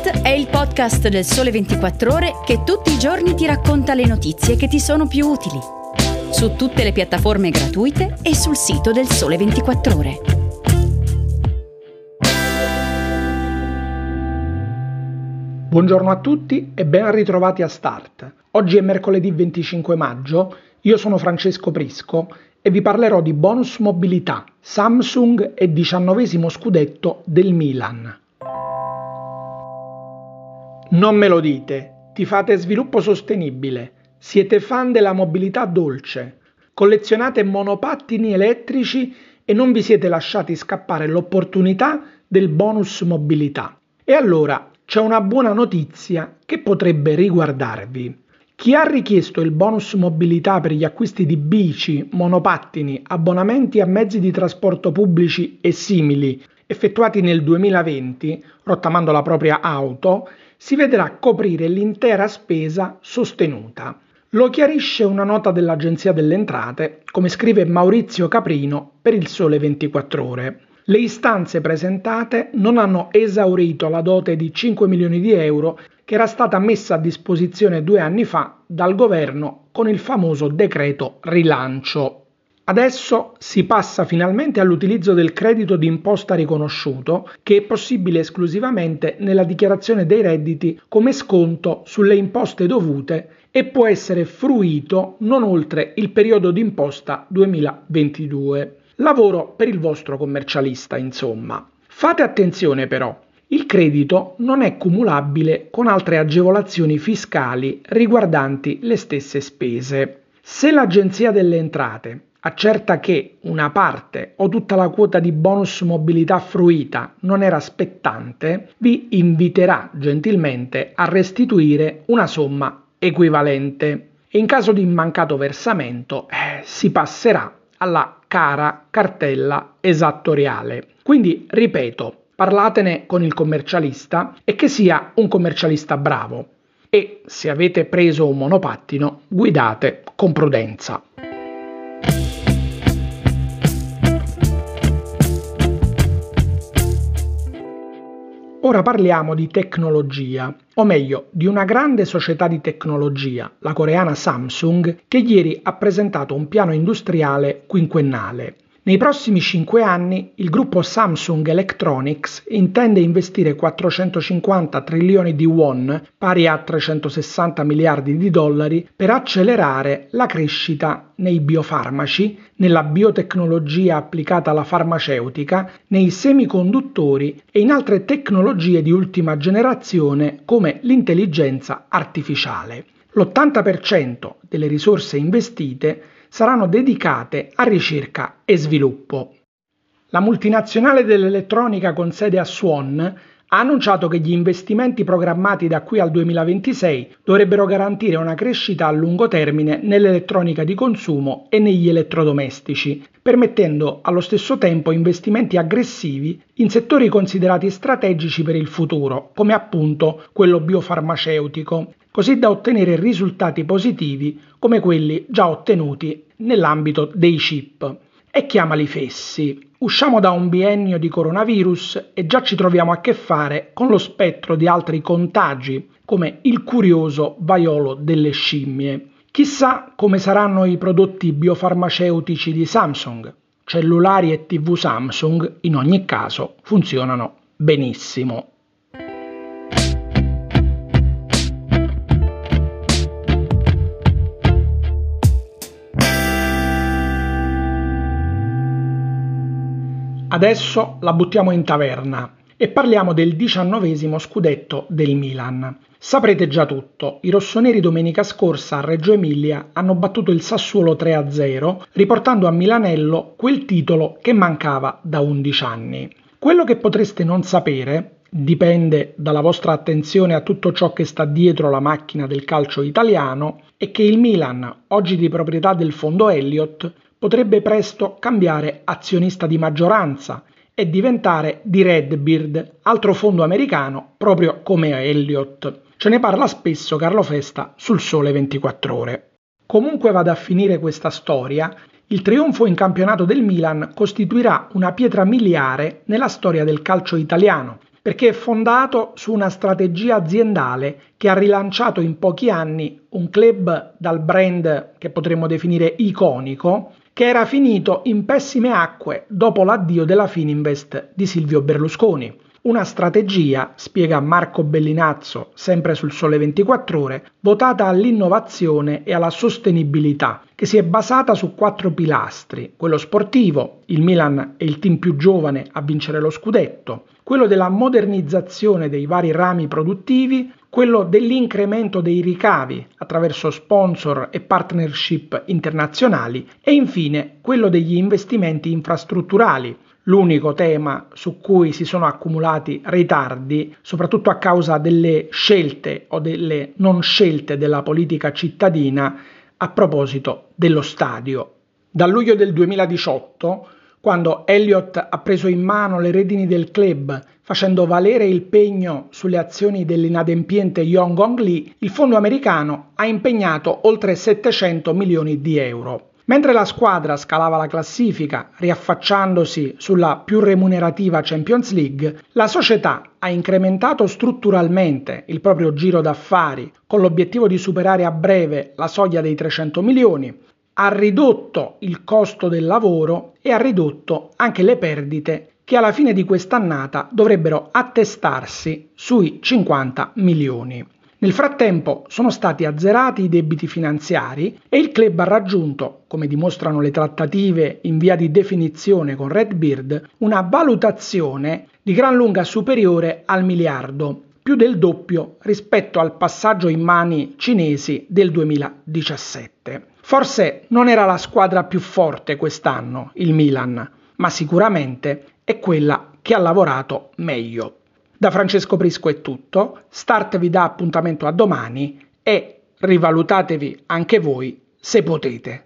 Start è il podcast del Sole 24 Ore che tutti i giorni ti racconta le notizie che ti sono più utili. Su tutte le piattaforme gratuite e sul sito del Sole 24 Ore. Buongiorno a tutti e ben ritrovati a Start. Oggi è mercoledì 25 maggio, io sono Francesco Prisco e vi parlerò di bonus mobilità, Samsung e 19° scudetto del Milan. Non me lo dite, tifate sviluppo sostenibile, siete fan della mobilità dolce, collezionate monopattini elettrici e non vi siete lasciati scappare l'opportunità del bonus mobilità. E allora c'è una buona notizia che potrebbe riguardarvi. Chi ha richiesto il bonus mobilità per gli acquisti di bici, monopattini, abbonamenti a mezzi di trasporto pubblici e simili effettuati nel 2020, rottamando la propria auto, si vedrà coprire l'intera spesa sostenuta. Lo chiarisce una nota dell'Agenzia delle Entrate, come scrive Maurizio Caprino per il Sole 24 Ore. Le istanze presentate non hanno esaurito la dote di 5 milioni di euro che era stata messa a disposizione 2 anni fa dal governo con il famoso decreto rilancio. Adesso si passa finalmente all'utilizzo del credito d'imposta riconosciuto, che è possibile esclusivamente nella dichiarazione dei redditi come sconto sulle imposte dovute e può essere fruito non oltre il periodo d'imposta 2022. Lavoro per il vostro commercialista, insomma. Fate attenzione però, il credito non è cumulabile con altre agevolazioni fiscali riguardanti le stesse spese. Se l'Agenzia delle Entrate accerta che una parte o tutta la quota di bonus mobilità fruita non era spettante, vi inviterà gentilmente a restituire una somma equivalente e in caso di mancato versamento si passerà alla cara cartella esattoriale. Quindi, ripeto, parlatene con il commercialista e che sia un commercialista bravo. E se avete preso un monopattino, guidate con prudenza. Ora parliamo di tecnologia, o meglio, di una grande società di tecnologia, la coreana Samsung, che ieri ha presentato un piano industriale quinquennale. Nei prossimi 5 anni il gruppo Samsung Electronics intende investire 450 trilioni di won, pari a 360 miliardi di dollari, per accelerare la crescita nei biofarmaci, nella biotecnologia applicata alla farmaceutica, nei semiconduttori e in altre tecnologie di ultima generazione come l'intelligenza artificiale. L'80% delle risorse investite saranno dedicate a ricerca e sviluppo. La multinazionale dell'elettronica con sede a Suwon ha annunciato che gli investimenti programmati da qui al 2026 dovrebbero garantire una crescita a lungo termine nell'elettronica di consumo e negli elettrodomestici, permettendo allo stesso tempo investimenti aggressivi in settori considerati strategici per il futuro, come appunto quello biofarmaceutico, così da ottenere risultati positivi come quelli già ottenuti nell'ambito dei chip. E chiamali fessi. Usciamo da un biennio di coronavirus e già ci troviamo a che fare con lo spettro di altri contagi, come il curioso vaiolo delle scimmie. Chissà come saranno i prodotti biofarmaceutici di Samsung. Cellulari e TV Samsung, in ogni caso, funzionano benissimo. Adesso la buttiamo in taverna e parliamo del 19° scudetto del Milan. Saprete già tutto, i rossoneri domenica scorsa a Reggio Emilia hanno battuto il Sassuolo 3-0, riportando a Milanello quel titolo che mancava da 11 anni. Quello che potreste non sapere, dipende dalla vostra attenzione a tutto ciò che sta dietro la macchina del calcio italiano, è che il Milan, oggi di proprietà del fondo Elliott, potrebbe presto cambiare azionista di maggioranza e diventare di Redbird, altro fondo americano proprio come Elliott. Ce ne parla spesso Carlo Festa sul Sole 24 Ore. Comunque vada a finire questa storia, il trionfo in campionato del Milan costituirà una pietra miliare nella storia del calcio italiano, perché è fondato su una strategia aziendale che ha rilanciato in pochi anni un club dal brand che potremmo definire iconico, che era finito in pessime acque dopo l'addio della Fininvest di Silvio Berlusconi. Una strategia, spiega Marco Bellinazzo, sempre sul Sole 24 Ore, votata all'innovazione e alla sostenibilità, che si è basata su 4 pilastri: quello sportivo, il Milan è il team più giovane a vincere lo scudetto; quello della modernizzazione dei vari rami produttivi; quello dell'incremento dei ricavi attraverso sponsor e partnership internazionali e infine quello degli investimenti infrastrutturali, l'unico tema su cui si sono accumulati ritardi, soprattutto a causa delle scelte o delle non scelte della politica cittadina a proposito dello stadio. Dal luglio del 2018, quando Elliott ha preso in mano le redini del club facendo valere il pegno sulle azioni dell'inadempiente Yong Hong Lee, il fondo americano ha impegnato oltre 700 milioni di euro. Mentre la squadra scalava la classifica, riaffacciandosi sulla più remunerativa Champions League, la società ha incrementato strutturalmente il proprio giro d'affari con l'obiettivo di superare a breve la soglia dei 300 milioni, ha ridotto il costo del lavoro e ha ridotto anche le perdite che alla fine di quest'annata dovrebbero attestarsi sui 50 milioni. Nel frattempo sono stati azzerati i debiti finanziari e il club ha raggiunto, come dimostrano le trattative in via di definizione con Redbird, una valutazione di gran lunga superiore al miliardo, più del doppio rispetto al passaggio in mani cinesi del 2017. Forse non era la squadra più forte quest'anno, il Milan, ma sicuramente è quella che ha lavorato meglio. Da Francesco Prisco è tutto, Start vi dà appuntamento a domani e rivalutatevi anche voi se potete.